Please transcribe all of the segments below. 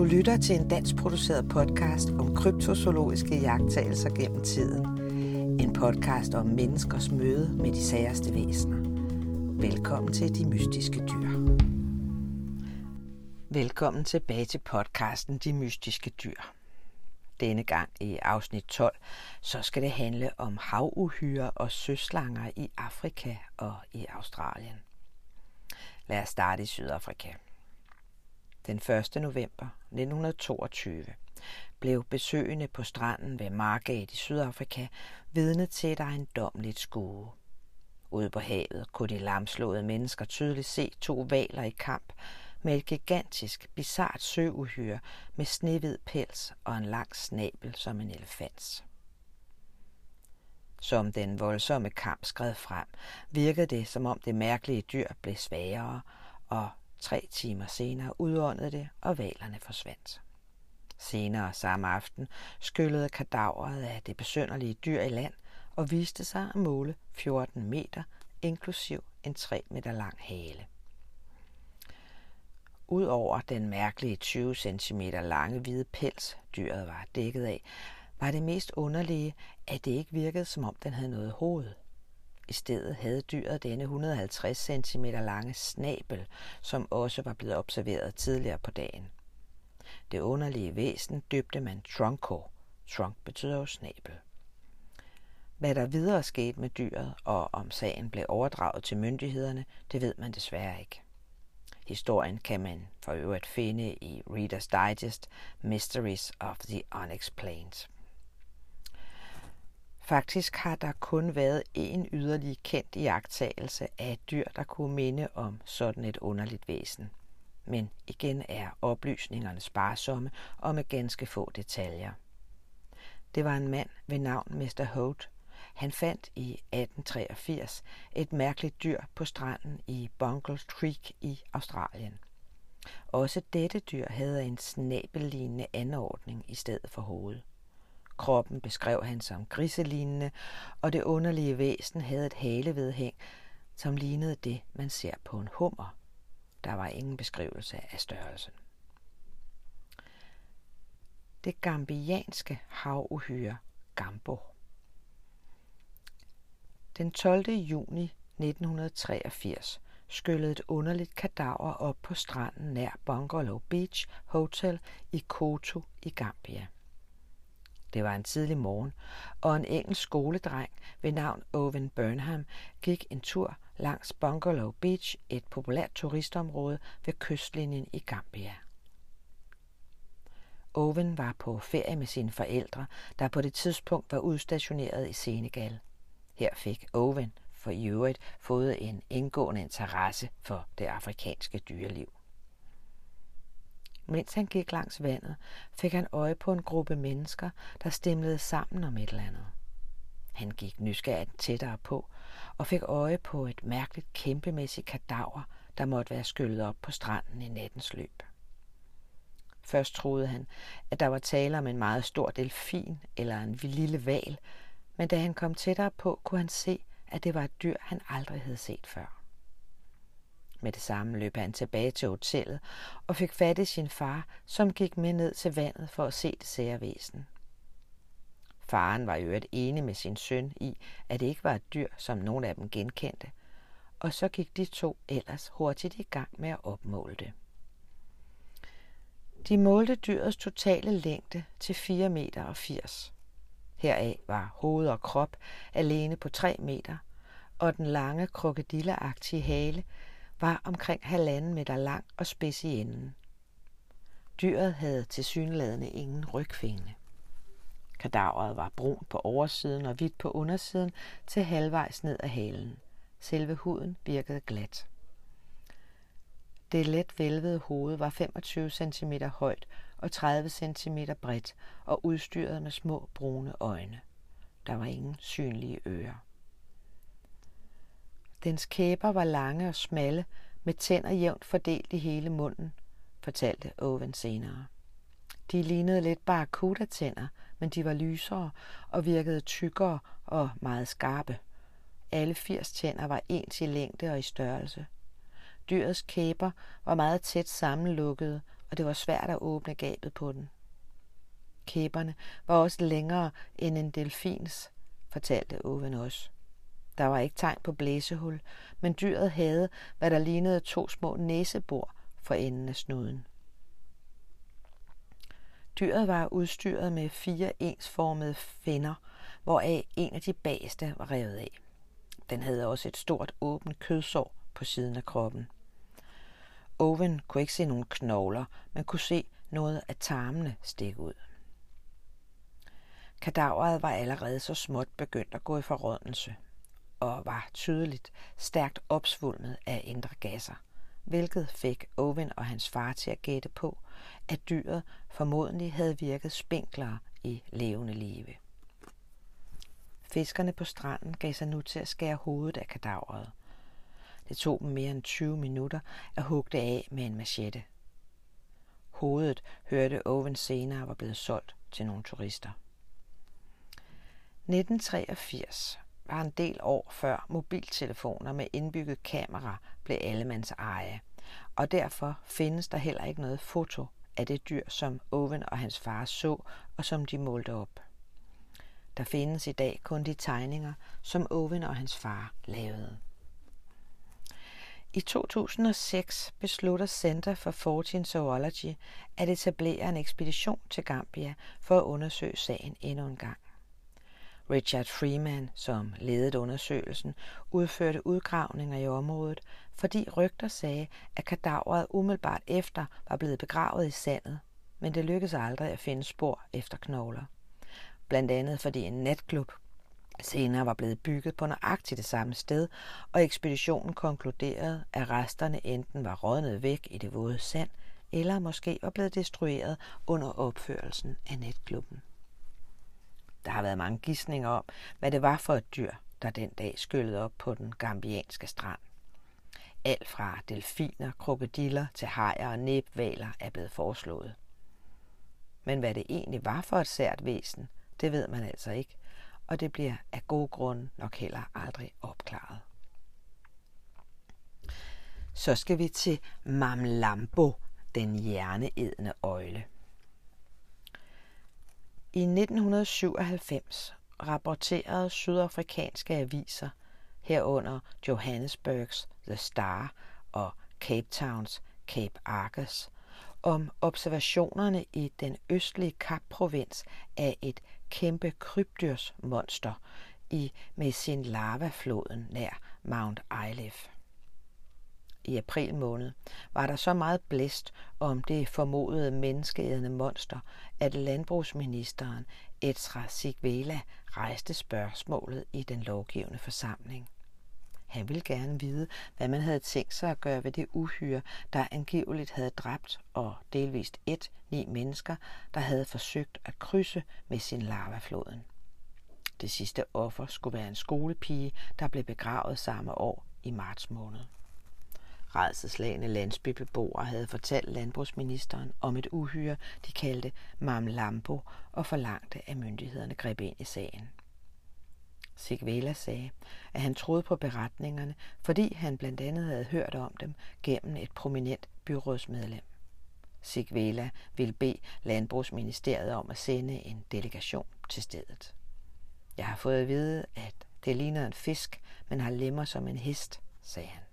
lytter til en dansk produceret podcast om kryptozoologiske iagttagelser gennem tiden. En podcast om menneskers møde med de særeste væsener. Velkommen til De Mystiske Dyr. Velkommen tilbage til podcasten De Mystiske Dyr. Denne gang i afsnit 12, så skal det handle om havuhyrer og søslanger i Afrika og i Australien. Lad os starte i Sydafrika. Den 1. november 1922 blev besøgende på stranden ved Margate i Sydafrika vidne til et ejendommeligt skue. Ude på havet kunne de lamslåede mennesker tydeligt se 2 hvaler i kamp med et gigantisk, bizart søuhyre med snehvid pels og en lang snabel som en elefants. Som den voldsomme kamp skred frem, virkede det, som om det mærkelige dyr blev svagere, og 3 timer senere udåndede det, og hvalerne forsvandt. Senere samme aften skyllede kadaveret af det besynderlige dyr i land og viste sig at måle 14 meter, inklusiv en 3 meter lang hale. Udover den mærkelige 20 cm lange hvide pels, dyret var dækket af, var det mest underlige, at det ikke virkede, som om den havde noget hoved. I stedet havde dyret denne 150 cm lange snabel, som også var blevet observeret tidligere på dagen. Det underlige væsen døbte man Trunco. Trunk betyder jo snabel. Hvad der videre skete med dyret, og om sagen blev overdraget til myndighederne, det ved man desværre ikke. Historien kan man for øvrigt finde i Reader's Digest Mysteries of the Unexplained. Faktisk har der kun været én yderligere kendt iagttagelse af et dyr, der kunne minde om sådan et underligt væsen. Men igen er oplysningerne sparsomme og med ganske få detaljer. Det var en mand ved navn Mr. Holt. Han fandt i 1883 et mærkeligt dyr på stranden i Bungle Creek i Australien. Også dette dyr havde en snabellignende anordning i stedet for hoved. Kroppen beskrev han som griselignende, og det underlige væsen havde et halevedhæng, som lignede det, man ser på en hummer. Der var ingen beskrivelse af størrelsen. Det gambianske havuhyre Gambo. Den 12. juni 1983 skyllede et underligt kadaver op på stranden nær Bungalow Beach Hotel i Koto i Gambia. Det var en tidlig morgen, og en engelsk skoledreng ved navn Owen Burnham gik en tur langs Bungalow Beach, et populært turistområde ved kystlinjen i Gambia. Owen var på ferie med sine forældre, der på det tidspunkt var udstationeret i Senegal. Her fik Owen for i øvrigt fået en indgående interesse for det afrikanske dyreliv. Mens han gik langs vandet, fik han øje på en gruppe mennesker, der stimlede sammen om et eller andet. Han gik nysgerrigt tættere på og fik øje på et mærkeligt kæmpemæssigt kadaver, der måtte være skyllet op på stranden i nattens løb. Først troede han, at der var tale om en meget stor delfin eller en lille hval, men da han kom tættere på, kunne han se, at det var et dyr, han aldrig havde set før. Med det samme løb han tilbage til hotellet og fik fat i sin far, som gik med ned til vandet for at se det sære væsen. Faren var i øvrigt enig med sin søn i, at det ikke var et dyr, som nogen af dem genkendte, og så gik de 2 ellers hurtigt i gang med at opmåle det. De målte dyrets totale længde til 4,80 meter. Heraf var hoved og krop alene på 3 meter, og den lange krokodilleagtige hale var omkring 1,5 meter lang og spids i enden. Dyret havde tilsyneladende ingen rygfinne. Kadaveret var brun på oversiden og hvidt på undersiden til halvvejs ned ad halen. Selve huden virkede glat. Det let hvælvede hoved var 25 cm højt og 30 cm bredt og udstyret med små brune øjne. Der var ingen synlige ører. Dens kæber var lange og smalle, med tænder jævnt fordelt i hele munden, fortalte Owen senere. De lignede lidt barracuda-tænder, men de var lysere og virkede tykkere og meget skarpe. Alle 80 tænder var ens i længde og i størrelse. Dyrets kæber var meget tæt sammenlukkede og det var svært at åbne gabet på den. Kæberne var også længere end en delfins, fortalte Owen også. Der var ikke tegn på blæsehul, men dyret havde, hvad der lignede 2 små næsebor for enden af snuden. Dyret var udstyret med 4 ensformede finner, hvoraf en af de bagerste var revet af. Den havde også et stort åbent kødsår på siden af kroppen. Owen kunne ikke se nogen knogler, men kunne se noget af tarmene stikke ud. Kadaveret var allerede så småt begyndt at gå i forrådnelse, og var tydeligt stærkt opsvulmet af indre gasser, hvilket fik Owen og hans far til at gætte på, at dyret formodentlig havde virket spinklere i levende live. Fiskerne på stranden gav sig nu til at skære hovedet af kadaveret. Det tog dem mere end 20 minutter at hugge det af med en machete. Hovedet hørte Owen senere var blevet solgt til nogle turister. 1983 var en del år før mobiltelefoner med indbygget kamera blev allemands eje, og derfor findes der heller ikke noget foto af det dyr, som Owen og hans far så, og som de målte op. Der findes i dag kun de tegninger, som Owen og hans far lavede. I 2006 beslutter Center for Fortean Zoology at etablere en ekspedition til Gambia for at undersøge sagen endnu en gang. Richard Freeman, som ledede undersøgelsen, udførte udgravninger i området, fordi rygter sagde, at kadaveret umiddelbart efter var blevet begravet i sandet, men det lykkedes aldrig at finde spor efter knogler. Blandt andet fordi en natklub senere var blevet bygget på nøjagtigt det samme sted, og ekspeditionen konkluderede, at resterne enten var rådnet væk i det våde sand, eller måske var blevet destrueret under opførelsen af natklubben. Der har været mange gisninger om, hvad det var for et dyr, der den dag skyllede op på den gambianske strand. Alt fra delfiner, krokodiller til hajer og næbhvaler er blevet foreslået. Men hvad det egentlig var for et sært væsen, det ved man altså ikke, og det bliver af gode grunde nok heller aldrig opklaret. Så skal vi til Mamlambo, den hjerneædende øgle. I 1997 rapporterede sydafrikanske aviser, herunder Johannesburgs The Star og Cape Towns Cape Argus, om observationerne i den østlige Kap-provins af et kæmpe krybdyrsmonster i Messin-Lava-floden nær Mount Ilif. I april måned var der så meget blæst om det formodede menneskeædende monster, at landbrugsministeren Ezra Sigwela rejste spørgsmålet i den lovgivende forsamling. Han ville gerne vide, hvad man havde tænkt sig at gøre ved det uhyre, der angiveligt havde dræbt og delvist 9 mennesker, der havde forsøgt at krydse med sin lavafloden. Det sidste offer skulle være en skolepige, der blev begravet samme år i marts måned. Rædselsslagne landsbybeboere havde fortalt landbrugsministeren om et uhyre, de kaldte Mamlambo, og forlangte, at myndighederne greb ind i sagen. Sigwela sagde, at han troede på beretningerne, fordi han blandt andet havde hørt om dem gennem et prominent byrådsmedlem. Sigwela ville bede landbrugsministeriet om at sende en delegation til stedet. Jeg har fået at vide, at det ligner en fisk, men har lemmer som en hest, sagde han.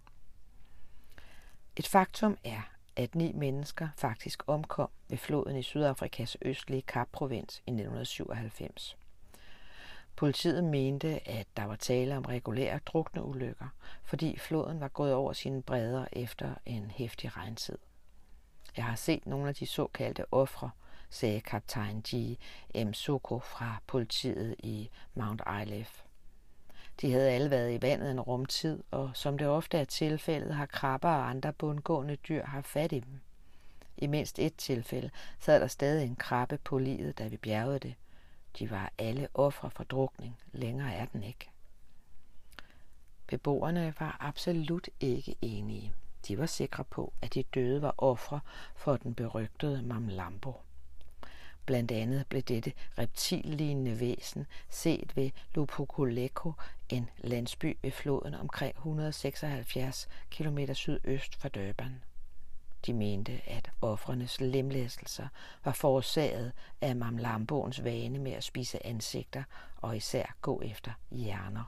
Et faktum er, at 9 mennesker faktisk omkom ved floden i Sydafrikas østlige Kap-provins i 1997. Politiet mente, at der var tale om regulære drukneulykker, fordi floden var gået over sine bredder efter en heftig regntid. Jeg har set nogle af de såkaldte ofre, sagde kaptajn G. M. Soko fra politiet i Mount Ilif. De havde alle været i vandet en rumtid, og som det ofte er tilfældet, har krabber og andre bundgående dyr haft fat i dem. I mindst et tilfælde sad der stadig en krabbe på livet, da vi bjergede det. De var alle ofre for drukning. Længere er den ikke. Beboerne var absolut ikke enige. De var sikre på, at de døde var ofre for den berygtede Mamlambo. Blandt andet blev dette reptillignende væsen set ved Lupokoleko, en landsby ved floden omkring 176 km sydøst for Durban. De mente, at ofrenes lemlæstelser var forårsaget af Mamlamboens vane med at spise ansigter og især gå efter hjerner.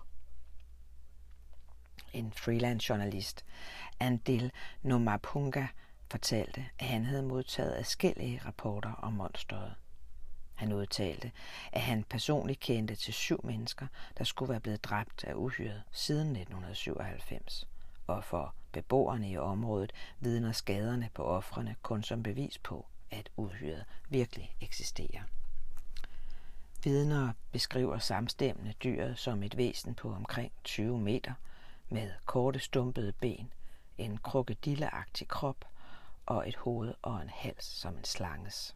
En freelance journalist, Andil Nomapunga, fortalte, at han havde modtaget adskillige rapporter om monsteret. Han udtalte, at han personligt kendte til 7 mennesker, der skulle være blevet dræbt af uhyret siden 1997. Og for beboerne i området vidner skaderne på ofrene kun som bevis på, at uhyret virkelig eksisterer. Vidner beskriver samstemmende dyret som et væsen på omkring 20 meter, med korte stumpede ben, en krokodilleagtig krop og et hoved og en hals som en slanges.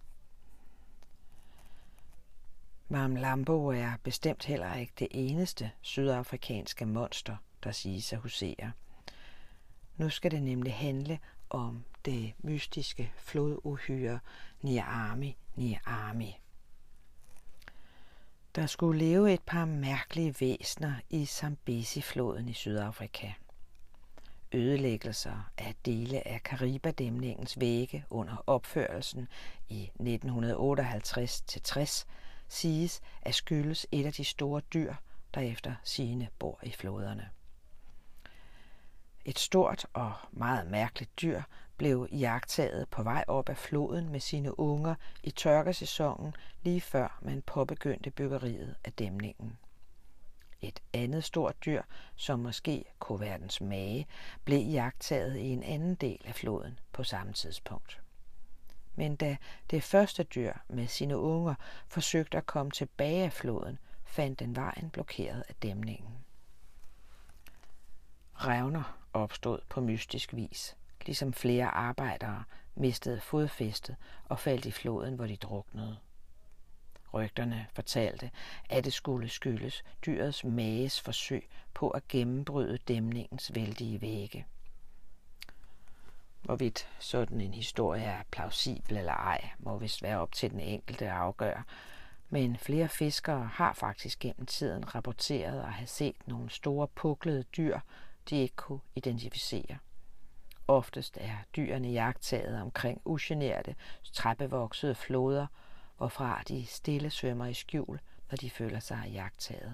Mamlambo er bestemt heller ikke det eneste sydafrikanske monster, der siges at husere. Nu skal det nemlig handle om det mystiske floduhyre Nyami. Der skulle leve et par mærkelige væsener i Zambezi-floden i Sydafrika. Ødelæggelser af dele af Kariba-dæmningens vægge under opførelsen i 1958-60 siges at skyldes et af de store dyr, der efter sigende bor i floderne. Et stort og meget mærkeligt dyr blev iagttaget på vej op ad floden med sine unger i tørkesæsonen lige før man påbegyndte byggeriet af dæmningen. Et andet stort dyr, som måske kunne være dens mage, blev iagttaget i en anden del af floden på samme tidspunkt. Men da det første dyr med sine unger forsøgte at komme tilbage af floden, fandt den vejen blokeret af dæmningen. Revner opstod på mystisk vis, ligesom flere arbejdere mistede fodfæstet og faldt i floden, hvor de druknede. Rygterne fortalte, at det skulle skyldes dyrets mages forsøg på at gennembryde dæmningens vældige vægge. Hvorvidt sådan en historie er plausibel eller ej, må vist være op til den enkelte at afgøre, men flere fiskere har faktisk gennem tiden rapporteret at have set nogle store puklede dyr, de ikke kunne identificere. Oftest er dyrene iagttaget omkring ugenerte, træbevoksede floder, hvorfra de stille svømmer i skjul, når de føler sig iagttaget.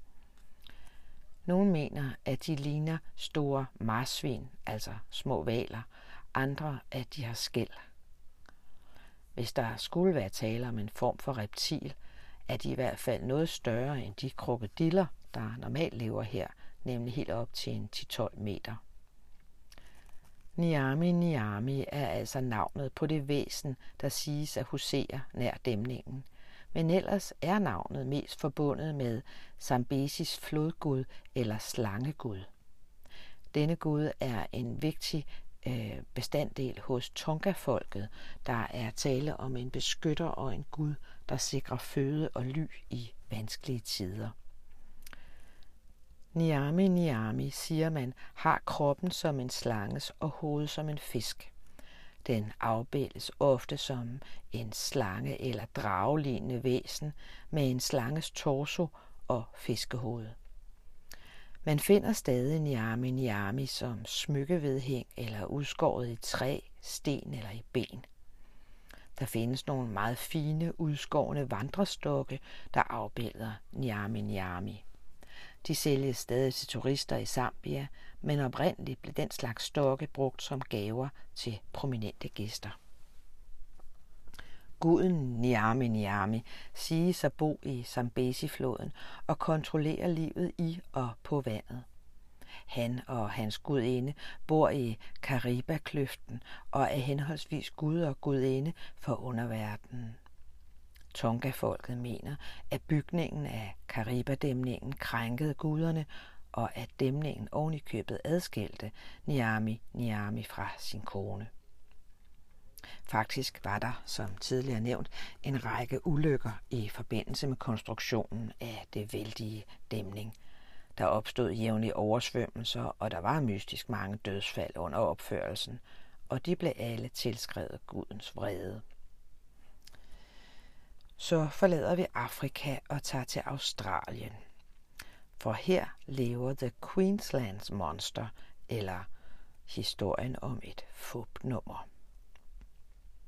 Nogle mener, at de ligner store marsvin, altså små hvaler, andre, at de har skæl. Hvis der skulle være tale om en form for reptil, er de i hvert fald noget større end de krokodiller, der normalt lever her, nemlig helt op til en 10-12 meter. Nyami er altså navnet på det væsen, der siges at husere nær dæmningen, men ellers er navnet mest forbundet med Zambezis flodgud eller slangegud. Denne gud er en vigtig bestanddel hos Tonga-folket, der er tale om en beskytter og en gud, der sikrer føde og ly i vanskelige tider. Nyami, siger man, har kroppen som en slanges og hovedet som en fisk. Den afbildes ofte som en slange eller dragelignende væsen med en slanges torso og fiskehoved. Man finder stadig Nyami som smykkevedhæng eller udskåret i træ, sten eller i ben. Der findes nogle meget fine, udskårne vandrestokke, der afbilder Nyami. De sælges stadig til turister i Zambia, men oprindeligt blev den slags stokke brugt som gaver til prominente gæster. Guden Nyami siges at bo i Zambezi-floden og kontrollere livet i og på vandet. Han og hans gudinde bor i Kariba-kløften og er henholdsvis gud og gudinde for underverdenen. Tonga-folket mener, at bygningen af Kariba-dæmningen krænkede guderne, og at dæmningen oven i købet adskilte Nyami fra sin kone. Faktisk var der, som tidligere nævnt, en række ulykker i forbindelse med konstruktionen af det vældige dæmning. Der opstod jævnlige oversvømmelser, og der var mystisk mange dødsfald under opførelsen, og de blev alle tilskrevet gudens vrede. Så forlader vi Afrika og tager til Australien. For her lever The Queensland Monster, eller historien om et fupnummer.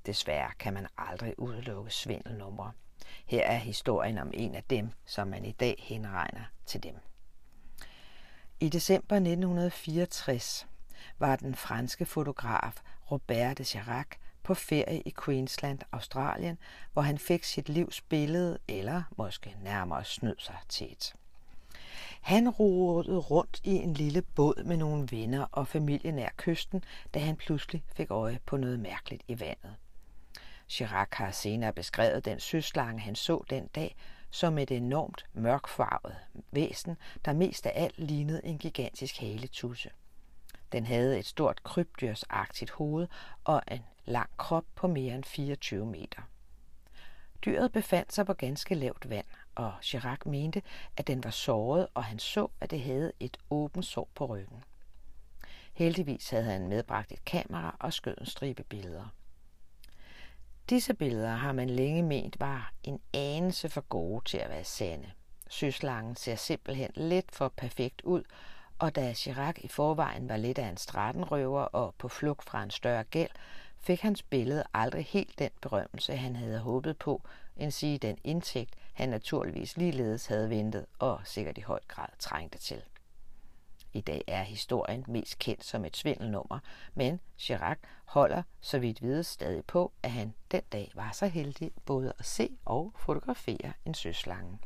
Desværre kan man aldrig udelukke svindelnumre. Her er historien om en af dem, som man i dag henregner til dem. I december 1964 var den franske fotograf Robert de Chirac på ferie i Queensland, Australien, hvor han fik sit livs billede, eller måske nærmere snød sig til et. Han rodede rundt i en lille båd med nogle venner og familie nær kysten, da han pludselig fik øje på noget mærkeligt i vandet. Chirac har senere beskrevet den søslange, han så den dag, som et enormt mørkfarvet væsen, der mest af alt lignede en gigantisk haletusse. Den havde et stort krybdyrsagtigt hoved og en lang krop på mere end 24 meter. Dyret befandt sig på ganske lavt vand, og Chirac mente, at den var såret, og han så, at det havde et åbent sår på ryggen. Heldigvis havde han medbragt et kamera og skød en stribe billeder. Disse billeder har man længe ment var en anelse for gode til at være sande. Søslangen ser simpelthen lidt for perfekt ud, og da Chirac i forvejen var lidt af en stratenrøver og på flugt fra en større gæld, fik hans billede aldrig helt den berømmelse, han havde håbet på, end sige den indtægt, han naturligvis ligeledes havde ventet og sikkert i høj grad trængte til. I dag er historien mest kendt som et svindelnummer, men Chirac holder, så vidt vides, stadig på, at han den dag var så heldig både at se og fotografere en søslange.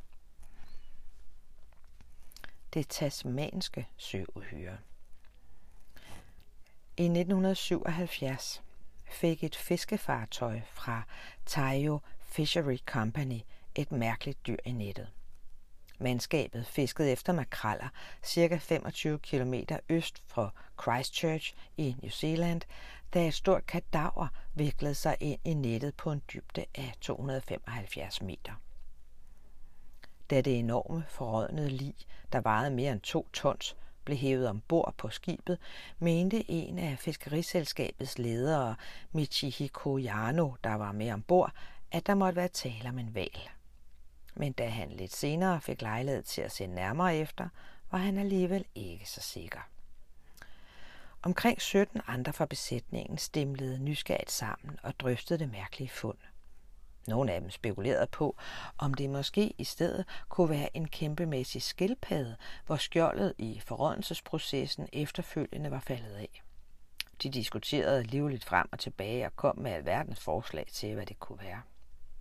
Det tasmanske søuhyre. I 1977 fik et fiskefartøj fra Tayo Fishery Company et mærkeligt dyr i nettet. Mandskabet fiskede efter makreller ca. 25 km øst for Christchurch i New Zealand, da et stort kadaver viklede sig ind i nettet på en dybde af 275 meter. Da det enorme forrådnede lig, der vejede mere end 2 tons, blev hævet ombord på skibet, mente en af fiskeriselskabets ledere, Michihiko Yano, der var med ombord, at der måtte være tale om en hval. Men da han lidt senere fik lejlighed til at se nærmere efter, var han alligevel ikke så sikker. Omkring 17 andre fra besætningen stimlede nysgerrigt sammen og drøftede det mærkelige fund. Nogle af dem spekulerede på, om det måske i stedet kunne være en kæmpemæssig skildpadde, hvor skjoldet i forrådnelsesprocessen efterfølgende var faldet af. De diskuterede livligt frem og tilbage og kom med alverdens forslag til, hvad det kunne være.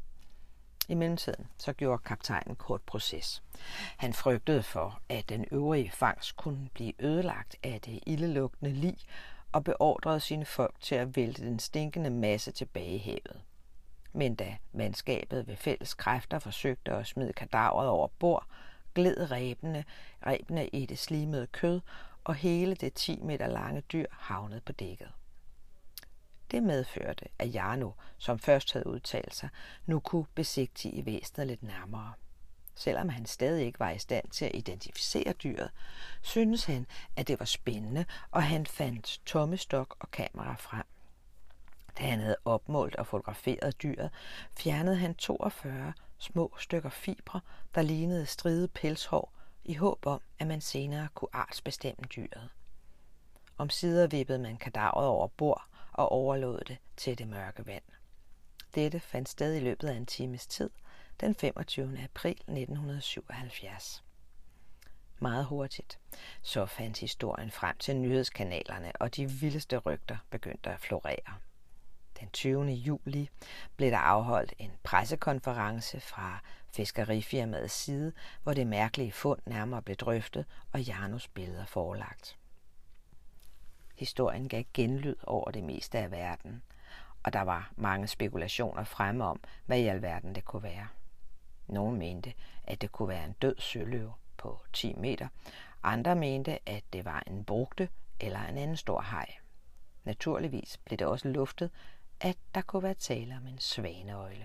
I mellemtiden så gjorde kaptajnen kort proces. Han frygtede for, at den øvrige fangst kunne blive ødelagt af det ildelugtende lig og beordrede sine folk til at vælte den stinkende masse tilbage i havet. Men da mandskabet ved fælles kræfter forsøgte at smide kadaveret over bord, gled rebene i det slimede kød, og hele det 10 meter lange dyr havnede på dækket. Det medførte, at Jarno, som først havde udtalt sig, nu kunne besigtige væsenet lidt nærmere. Selvom han stadig ikke var i stand til at identificere dyret, syntes han, at det var spændende, og han fandt tommestok og kamera frem. Da han havde opmålt og fotograferet dyret, fjernede han 42 små stykker fibre, der lignede stride pelshår, i håb om, at man senere kunne artsbestemme dyret. Omsider vippede man kadaveret over bord og overlod det til det mørke vand. Dette fandt sted i løbet af en times tid, den 25. april 1977. Meget hurtigt så fandt historien frem til nyhedskanalerne, og de vildeste rygter begyndte at florere. Den 20. juli blev der afholdt en pressekonference fra fiskerifirmaets side, hvor det mærkelige fund nærmere blev drøftet og Jarnos billeder forelagt. Historien gav genlyd over det meste af verden, og der var mange spekulationer fremme om, hvad i alverden det kunne være. Nogle mente, at det kunne være en død søløve på 10 meter. Andre mente, at det var en brugte eller en anden stor haj. Naturligvis blev det også luftet, at der kunne være tale om en svaneøgle.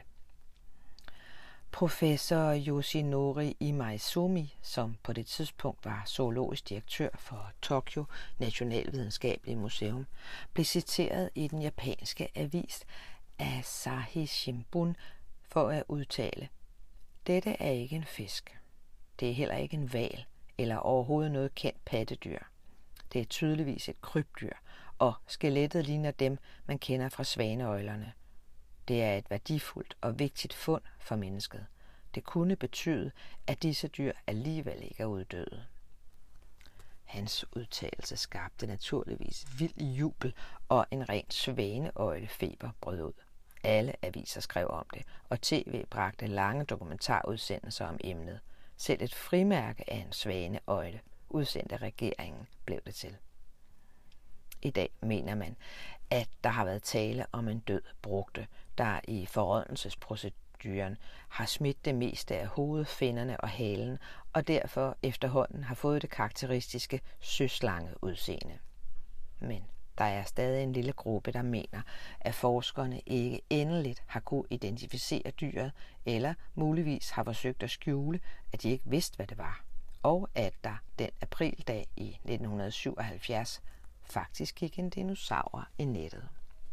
Professor Yoshinori Imaizumi, som på det tidspunkt var zoologisk direktør for Tokyo Nationalvidenskabelige Museum, blev citeret i den japanske avis Asahi Shimbun for at udtale: "Dette er ikke en fisk. Det er heller ikke en hval eller overhovedet noget kendt pattedyr. Det er tydeligvis et krybdyr, og skelettet ligner dem, man kender fra svaneøglerne. Det er et værdifuldt og vigtigt fund for mennesket. Det kunne betyde, at disse dyr alligevel ikke er uddøde. Hans udtalelse skabte naturligvis vild jubel, og en ren svaneøglefeber brød ud. Alle aviser skrev om det, og tv bragte lange dokumentarudsendelser om emnet. Selv et frimærke af en svaneøgle, udsendt af regeringen, blev det til. I dag mener man, at der har været tale om en død brugte, der i forrådnelsesproceduren har smidt det meste af hovedet, finnerne og halen, og derfor efterhånden har fået det karakteristiske søslange udseende. Men der er stadig en lille gruppe, der mener, at forskerne ikke endeligt har kunnet identificere dyret, eller muligvis har forsøgt at skjule, at de ikke vidste, hvad det var, og at der den aprildag i 1977 faktisk gik en dinosaur i nettet.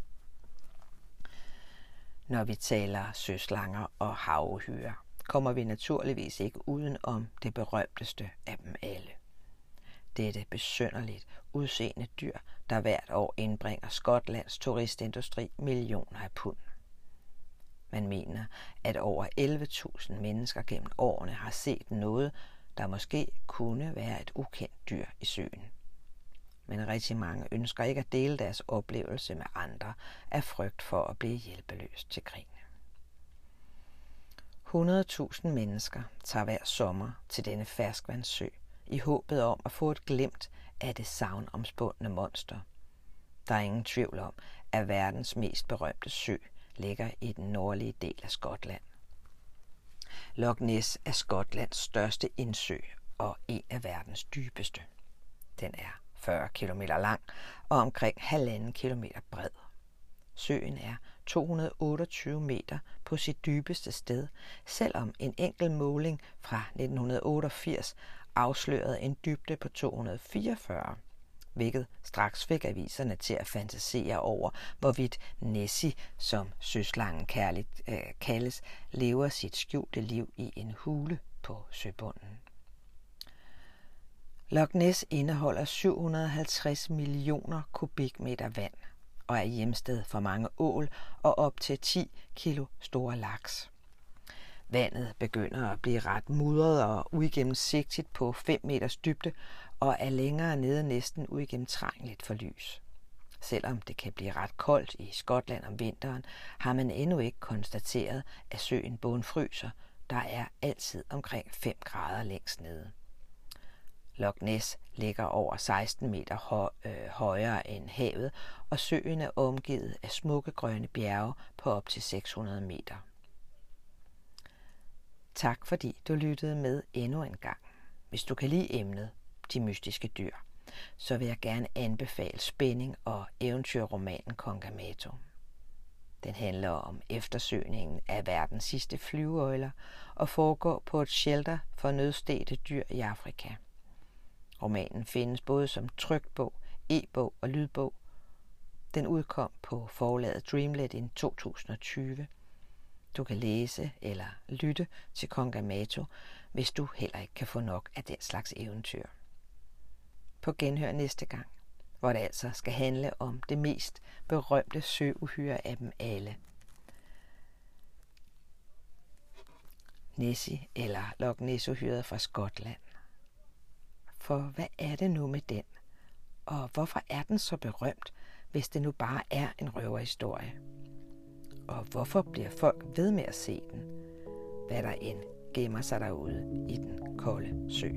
Når vi taler søslanger og havuhyrer, kommer vi naturligvis ikke uden om det berømteste af dem alle. Dette besynderligt udseende dyr, der hvert år indbringer Skotlands turistindustri millioner af pund. Man mener, at over 11.000 mennesker gennem årene har set noget, der måske kunne være et ukendt dyr i søen. Men rigtig mange ønsker ikke at dele deres oplevelse med andre af frygt for at blive hjælpeløs til grin. 100.000 mennesker tager hver sommer til denne ferskvandssø i håbet om at få et glimt af det sagnomspundne monster. Der er ingen tvivl om, at verdens mest berømte sø ligger i den nordlige del af Skotland. Loch Ness er Skotlands største indsø og en af verdens dybeste. Den er 40 km lang og omkring 1,5 km bred. Søen er 228 meter på sit dybeste sted, selvom en enkelt måling fra 1988 afslørede en dybde på 244, hvilket straks fik aviserne til at fantasere over, hvorvidt Nessie, som søslangen kærligt kaldes, lever sit skjulte liv i en hule på søbunden. Loch Ness indeholder 750 millioner kubikmeter vand og er hjemsted for mange ål og op til 10 kilo store laks. Vandet begynder at blive ret mudret og uigennemsigtigt på 5 meters dybde og er længere nede næsten uigennemtrængeligt for lys. Selvom det kan blive ret koldt i Skotland om vinteren, har man endnu ikke konstateret, at søen bundfryser. Der er altid omkring 5 grader længst nede. Loch Ness ligger over 16 meter højere end havet, og søen er omgivet af smukke grønne bjerge på op til 600 meter. Tak fordi du lyttede med endnu en gang. Hvis du kan lide emnet, de mystiske dyr, så vil jeg gerne anbefale spænding og eventyrromanen Kongamato. Den handler om eftersøgningen af verdens sidste flyveøgler og foregår på et shelter for nødstedte dyr i Afrika. Romanen findes både som trykt bog, e-bog og lydbog. Den udkom på forlaget Dreamlet i 2020. Du kan læse eller lytte til Kongamato, hvis du heller ikke kan få nok af den slags eventyr. På genhør næste gang, hvor det altså skal handle om det mest berømte søuhyre af dem alle. Nessie eller Loch Ness-uhyret fra Skotland. For hvad er det nu med den? Og hvorfor er den så berømt, hvis det nu bare er en røverhistorie? Og hvorfor bliver folk ved med at se den? Hvad der end gemmer sig derude i den kolde sø.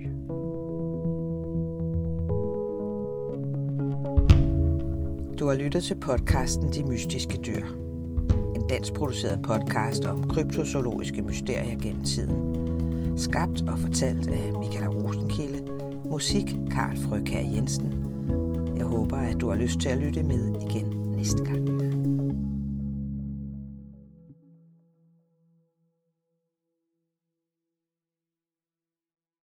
Du har lyttet til podcasten De Mystiske Dyr. En dansk produceret podcast om kryptozoologiske mysterier gennem tiden. Skabt og fortalt af Michael Rosenkilde. Musik Karl Frøkjær Jensen. Jeg håber, at du har lyst til at lytte med igen næste gang.